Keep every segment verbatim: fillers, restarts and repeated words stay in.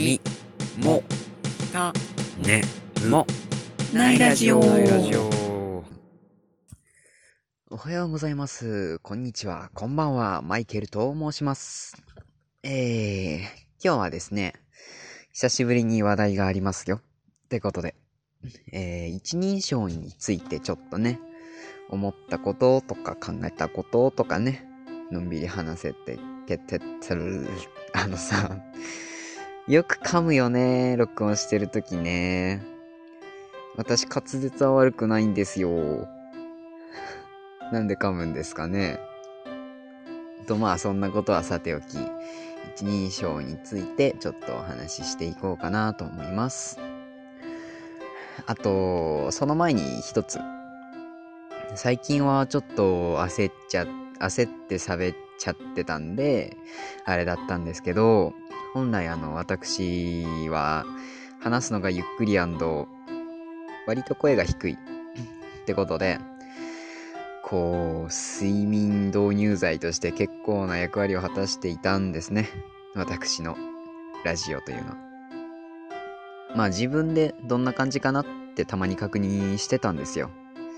みもたねもないラジオ。 ないラジオ。おはようございます。こんにちは。こんばんは。マイケルと申します。えー、今日はですね、久しぶりに話題がありますよ。ってことで、えー、一人称についてちょっとね、思ったこととか考えたこととかね、のんびり話せてけてってる。あのさ、よく噛むよね、録音してるときね。私滑舌は悪くないんですよ。なんで噛むんですかね。とまあそんなことはさておき、一人称についてちょっとお話ししていこうかなと思います。あとその前に一つ、最近はちょっと焦っちゃ焦って喋っちゃってたんであれだったんですけど、本来あの私は話すのがゆっくり割と声が低いってことで、こう睡眠導入剤として結構な役割を果たしていたんですね、私のラジオというのは。まあ自分でどんな感じかなってたまに確認してたんですよ。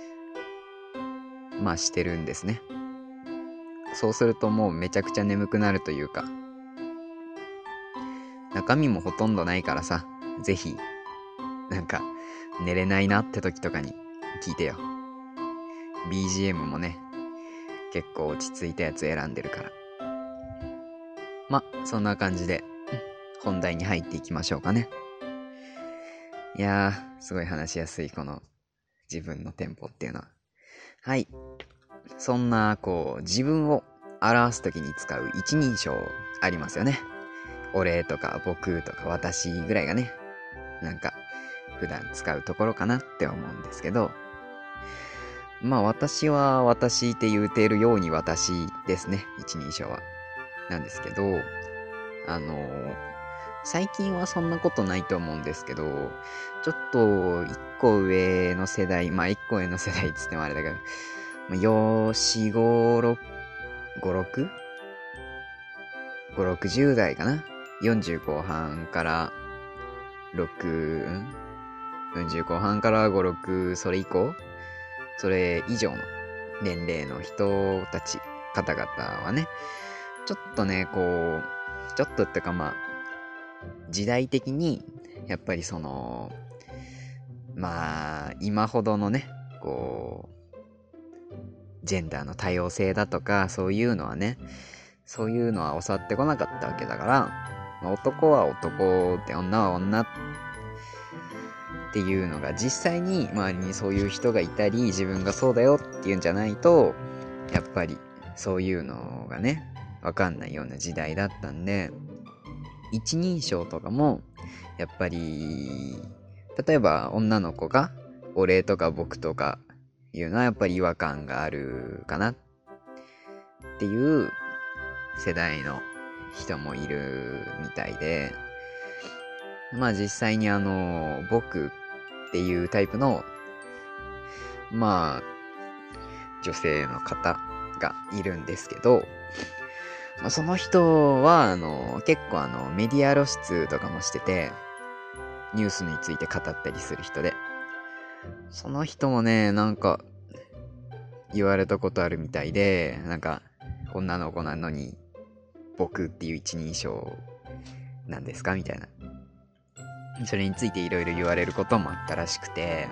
まあしてるんですね。そうするともうめちゃくちゃ眠くなるというか、中身もほとんどないからさ、ぜひなんか寝れないなって時とかに聞いてよ。 ビージーエム もね、結構落ち着いたやつ選んでるから。ま、そんな感じで本題に入っていきましょうかね。いやー、すごい話しやすいこの自分のテンポっていうのは。はい。そんな、こう、自分を表すときに使う一人称ありますよね。俺とか僕とか私ぐらいがね、なんか普段使うところかなって思うんですけど、まあ私は私って言うているように私ですね、一人称は。なんですけど、あのー、最近はそんなことないと思うんですけど、ちょっと一個上の世代、まあ一個上の世代っつってもあれだけど、まあ、よん、ご、ろく、ご、ろく ご、ろくじゅう代かな。よんじゅう後半からろく、ん ?よんじゅう 後半からご、ろく、それ以降それ以上の年齢の人たち、方々はね、ちょっとね、こう、ちょっとってかまあ、時代的に、やっぱりその、まあ、今ほどのね、こう、ジェンダーの多様性だとか、そういうのはね、そういうのは教わってこなかったわけだから、まあ、男は男で女は女っていうのが実際に周りにそういう人がいたり、自分がそうだよっていうんじゃないと、やっぱりそういうのがね、わかんないような時代だったんで、一人称とかも、やっぱり、例えば女の子が、俺とか僕とかいうのはやっぱり違和感があるかなっていう世代の人もいるみたいで、まあ実際にあの、僕っていうタイプの、まあ、女性の方がいるんですけど、まあ、その人は、あの、結構あの、メディア露出とかもしてて、ニュースについて語ったりする人で、その人もね、なんか、言われたことあるみたいで、なんか、女の子なのに、僕っていう一人称なんですかみたいな。それについていろいろ言われることもあったらしくて、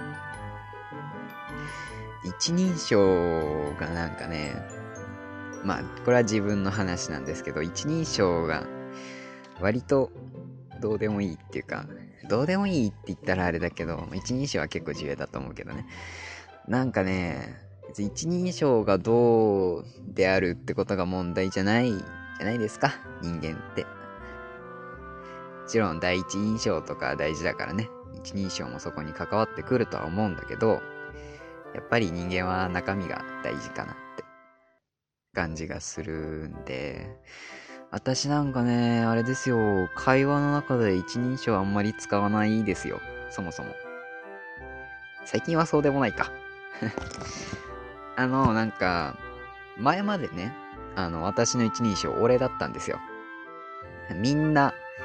一人称がなんかね、まあ、これは自分の話なんですけど、一人称が割とどうでもいいっていうか、どうでもいいって言ったらあれだけど、一人称は結構重要だと思うけどね。なんかね、別に一人称がどうであるってことが問題じゃないじゃないですか、人間って。もちろん第一印象とか大事だからね、一人称もそこに関わってくるとは思うんだけど、やっぱり人間は中身が大事かなって感じがするんで、私なんかね、あれですよ、会話の中で一人称あんまり使わないですよ、そもそも。最近はそうでもないか。あの、なんか、前までね、あの、私の一人称俺だったんですよ。みんな、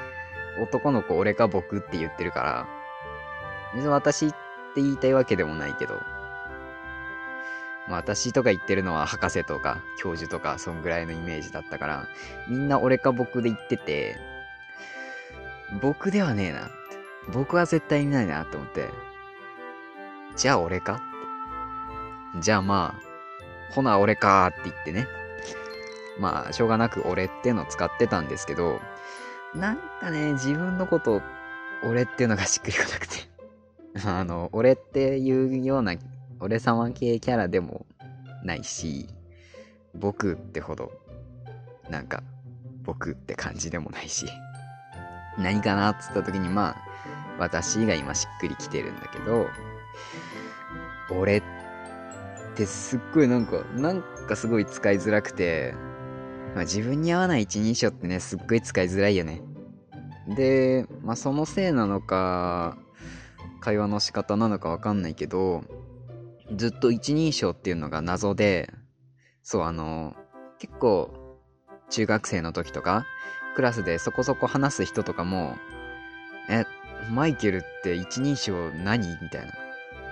男の子俺か僕って言ってるから、別に私って言いたいわけでもないけど、まあ私とか言ってるのは博士とか教授とかそんぐらいのイメージだったから、みんな俺か僕で言ってて、僕ではねえなって。僕は絶対にないなと思って。じゃあ俺かって。じゃあまあ、ほな俺かーって言ってね。まあ、しょうがなく俺ってのを使ってたんですけど、なんかね、自分のこと、俺っていうのがしっくりこなくて。あの、俺っていうような、俺様系キャラでもないし、僕ってほど、なんか、僕って感じでもないし、何かなっつった時に、まあ、私が今しっくりきてるんだけど、俺ってすっごいなんか、なんかすごい使いづらくて、まあ、自分に合わない一人称ってね、すっごい使いづらいよね。で、まあそのせいなのか、会話の仕方なのかわかんないけど、ずっと一人称っていうのが謎で、そうあの、結構、中学生の時とか、クラスでそこそこ話す人とかも、え、マイケルって一人称何みたいな。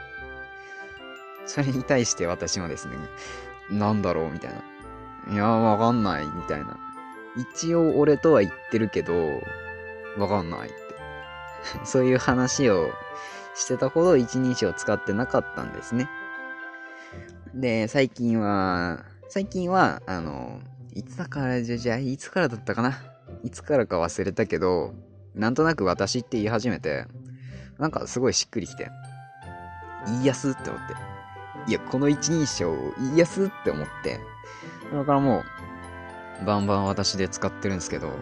それに対して私もですね、なんだろうみたいな。いや、わかんない、みたいな。一応俺とは言ってるけど、わかんないって。そういう話をしてたほど一人称を使ってなかったんですね。で、最近は、最近は、あの、いつだからじゃ、じゃあ、いつからだったかないつからか忘れたけど、なんとなく私って言い始めて、なんかすごいしっくりきて、言いやすって思って。いや、この一人称言いやすって思って、だからもう、バンバン私で使ってるんですけど、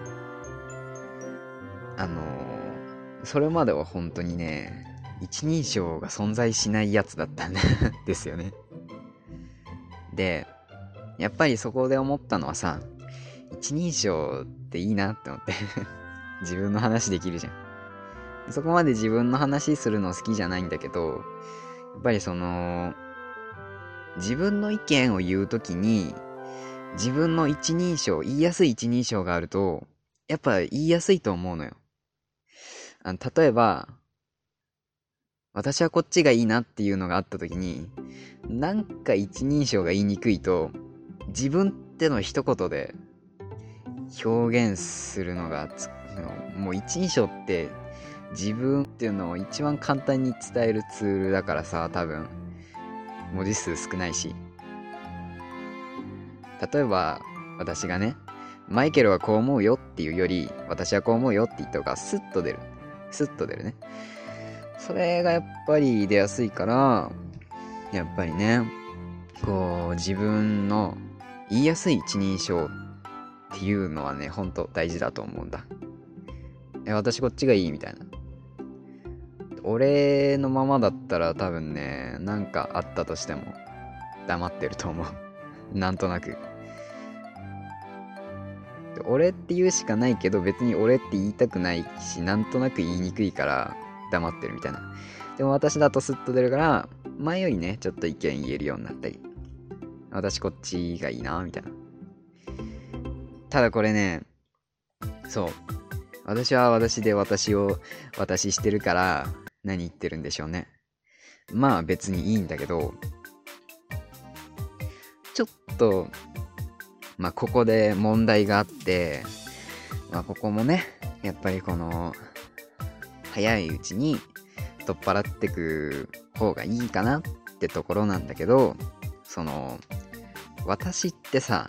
あのー、それまでは本当にね、一人称が存在しないやつだったんですよね。で、やっぱりそこで思ったのはさ、一人称っていいなって思って自分の話できるじゃん。そこまで自分の話するの好きじゃないんだけど、やっぱりその、自分の意見を言うときに、自分の一人称、言いやすい一人称があると、やっぱ言いやすいと思うのよ。あの例えば、私はこっちがいいなっていうのがあったときに、なんか一人称が言いにくいと、自分っての一言で表現するのがつ、もう一人称って自分っていうのを一番簡単に伝えるツールだからさ、多分、文字数少ないし。例えば、私がね、マイケルはこう思うよっていうより、私はこう思うよって言った方がスッと出る。スッと出るね。それがやっぱり出やすいから、やっぱりね、こう、自分の言いやすい一人称っていうのはね、ほんと大事だと思うんだ。え、私こっちがいいみたいな。俺のままだったら多分ね、なんかあったとしても黙ってると思う。なんとなく。俺って言うしかないけど別に俺って言いたくないし、なんとなく言いにくいから黙ってるみたいな。でも私だとスッと出るから、前よりね、ちょっと意見言えるようになったり。私こっちがいいな、みたいな。ただこれね、そう。私は私で私を私してるから何言ってるんでしょうね。まあ別にいいんだけど、ちょっと、まあここで問題があって、まあここもね、やっぱりこの、早いうちに取っ払ってく方がいいかなってところなんだけど、その、私ってさ、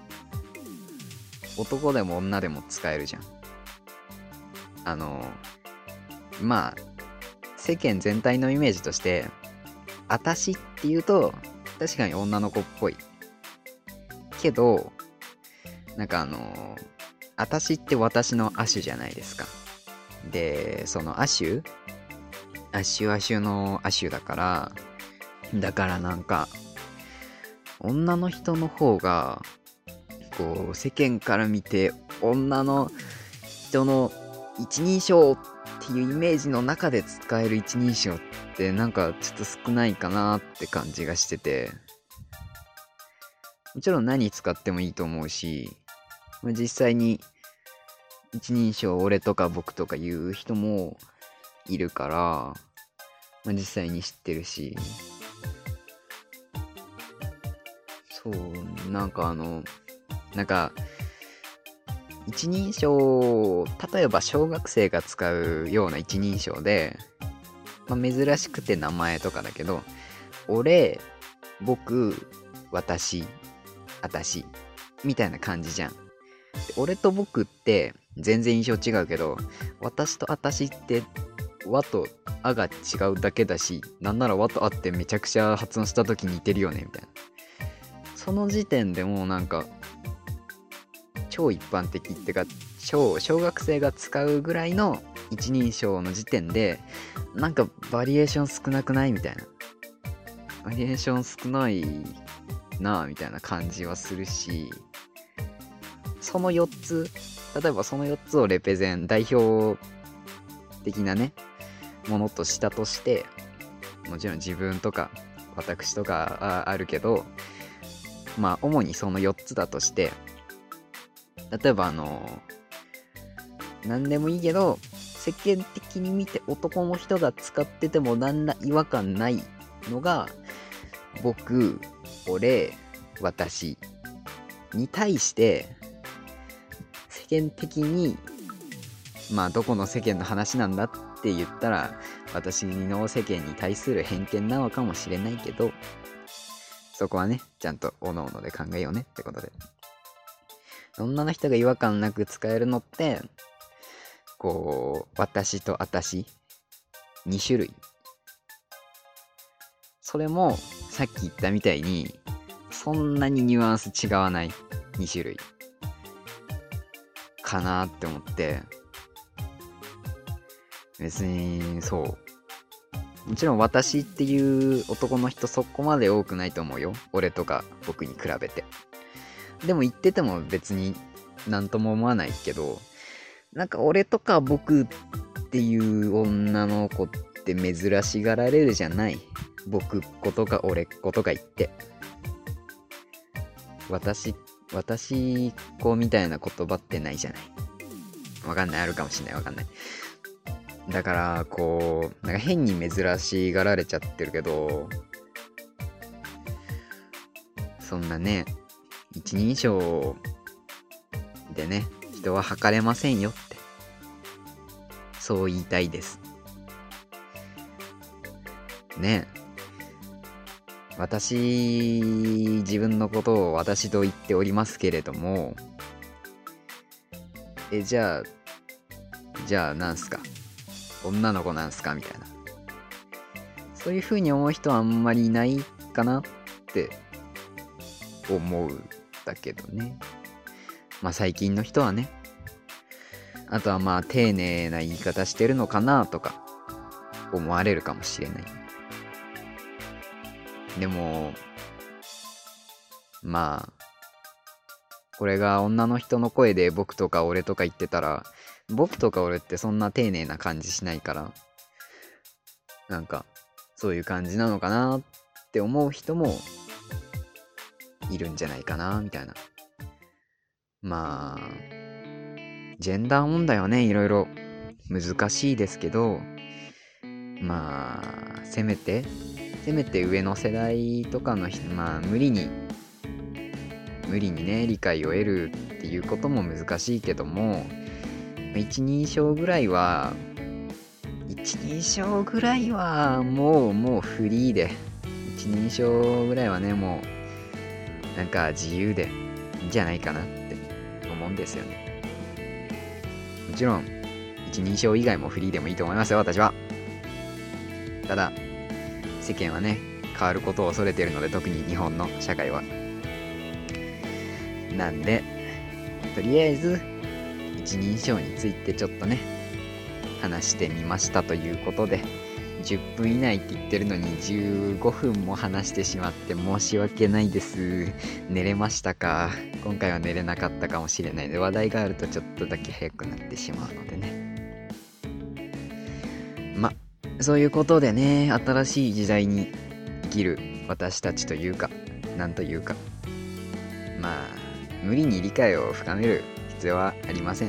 男でも女でも使えるじゃん。あの、まあ、世間全体のイメージとして、あたしって言うと、確かに女の子っぽい。けど、なんかあの、あたしって私の亜種じゃないですか。で、その亜種亜種亜種の亜種だから、だからなんか、女の人の方が、こう、世間から見て、女の人の一人称っていうイメージの中で使える一人称ってなんかちょっと少ないかなって感じがしてて、もちろん何使ってもいいと思うし、実際に一人称俺とか僕とか言う人もいるから、まあ、実際に知ってるし、そうなんかあのなんか一人称、例えば小学生が使うような一人称で、まあ、珍しくて名前とかだけど、俺、僕、私、あたしみたいな感じじゃん。で俺と僕って全然印象違うけど、私とあたしって和とあが違うだけだし、なんなら和とあってめちゃくちゃ発音した時似てるよねみたいな。その時点でもうなんか超一般的ってか、超小学生が使うぐらいの一人称の時点でなんかバリエーション少なくないみたいな、バリエーション少ないなあみたいな感じはするし、そのよっつ、例えばそのよっつをレペゼン代表的なねものとしたとして、もちろん自分とか私とか あ, あるけど、まあ主にそのよっつだとして、例えばあの何でもいいけど世間的に見て男の人が使ってても何ら違和感ないのが僕、俺、私に対して、世間的にまあどこの世間の話なんだって言ったら私の世間に対する偏見なのかもしれないけど、そこはねちゃんと各々で考えようねってことで、女の人が違和感なく使えるのってこう私とあたしに種類、それもさっき言ったみたいにそんなにニュアンス違わないに種類かなって思って、別にそうもちろん私っていう男の人そこまで多くないと思うよ、俺とか僕に比べて。でも言ってても別になんとも思わないけど、なんか俺とか僕っていう女の子って珍しがられるじゃない。僕っ子とか俺っ子とか言って私私っ子みたいな言葉ってないじゃない。わかんない、あるかもしんない、わかんない。だからこうなんか変に珍しがられちゃってるけど、そんなね一人称でね人は測れませんよって、そう言いたいですね。私自分のことを私と言っておりますけれども、えじゃあじゃあなんすか、女の子なんすかみたいな、そういう風に思う人はあんまりいないかなって思うだけどね。まあ最近の人はね、あとはまあ丁寧な言い方してるのかなとか思われるかもしれない。でもまあこれが女の人の声で僕とか俺とか言ってたら、僕とか俺ってそんな丁寧な感じしないから、なんかそういう感じなのかなって思う人もいるんじゃないかなみたいな。まあジェンダー問題はねいろいろ難しいですけど、まあせめてせめて上の世代とかの人、まあ無理に無理にね理解を得るっていうことも難しいけども、一人称ぐらいは一人称ぐらいはもうもうフリーで、一人称ぐらいはねもうなんか自由でいいんじゃないかなって思うんですよね。もちろん一人称以外もフリーでもいいと思いますよ、私は。ただ世間はね変わることを恐れているので、特に日本の社会は。なんでとりあえず一人称についてちょっとね話してみましたということで、じゅっぷん以内って言ってるのにじゅうごふんも話してしまって申し訳ないです。寝れましたか？今回は寝れなかったかもしれないので、話題があるとちょっとだけ早くなってしまうのでね。まそういうことでね、新しい時代に生きる私たちというかなんというか、まあ無理に理解を深める必要はありません。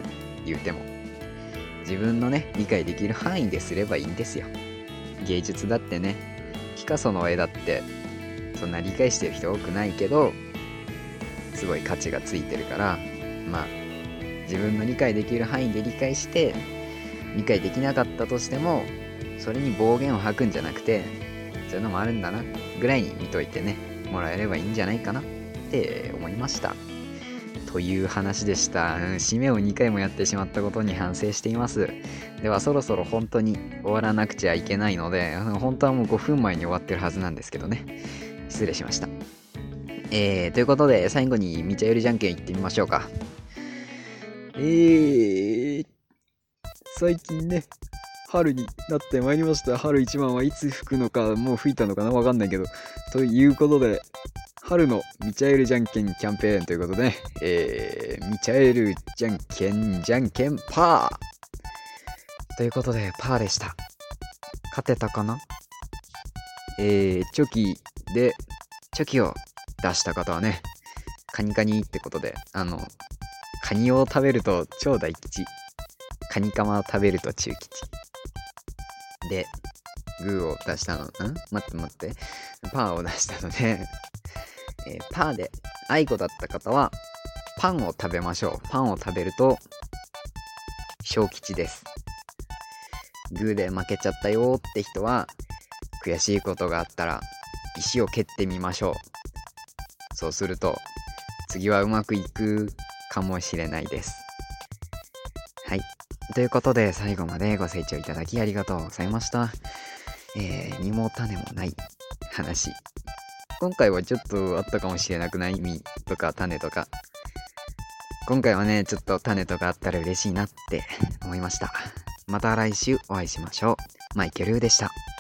言うても。自分のね、理解できる範囲ですればいいんですよ。芸術だってね、ピカソの絵だってそんな理解してる人多くないけど、すごい価値がついてるから、まあ自分の理解できる範囲で理解して、理解できなかったとしてもそれに暴言を吐くんじゃなくて、そういうのもあるんだなぐらいに見といてねもらえればいいんじゃないかなって思いましたという話でした。うん、締めをにかいもやってしまったことに反省しています。ではそろそろ本当に終わらなくちゃいけないので、本当はもうごふんまえに終わってるはずなんですけどね、失礼しました。えー、ということで最後にみちゃよりじゃんけんいってみましょうか。えー、最近ね春になってまいりました。春一番はいつ吹くのか、もう吹いたのかな、わかんないけど。ということで、春のミチャエルじゃんけんキャンペーンということで、ね、えー、ミチャエルじゃんけんじゃんけんパーということで、パーでした。勝てたかな。えー、チョキで、チョキを出した方はね、カニカニってことで、あの、カニを食べると超大吉、カニカマを食べると中吉。で、グーを出したの、ん待って待って。パーを出したので、えー、パーで、アイコだった方は、パンを食べましょう。パンを食べると、小吉です。グーで負けちゃったよって人は、悔しいことがあったら、石を蹴ってみましょう。そうすると、次はうまくいくかもしれないです。はい。ということで最後までご清聴いただきありがとうございました。えー、身も種もない話。今回はちょっとあったかもしれなくない？実とか種とか。今回はね、ちょっと種とかあったら嬉しいなって思いました。また来週お会いしましょう。マイケルでした。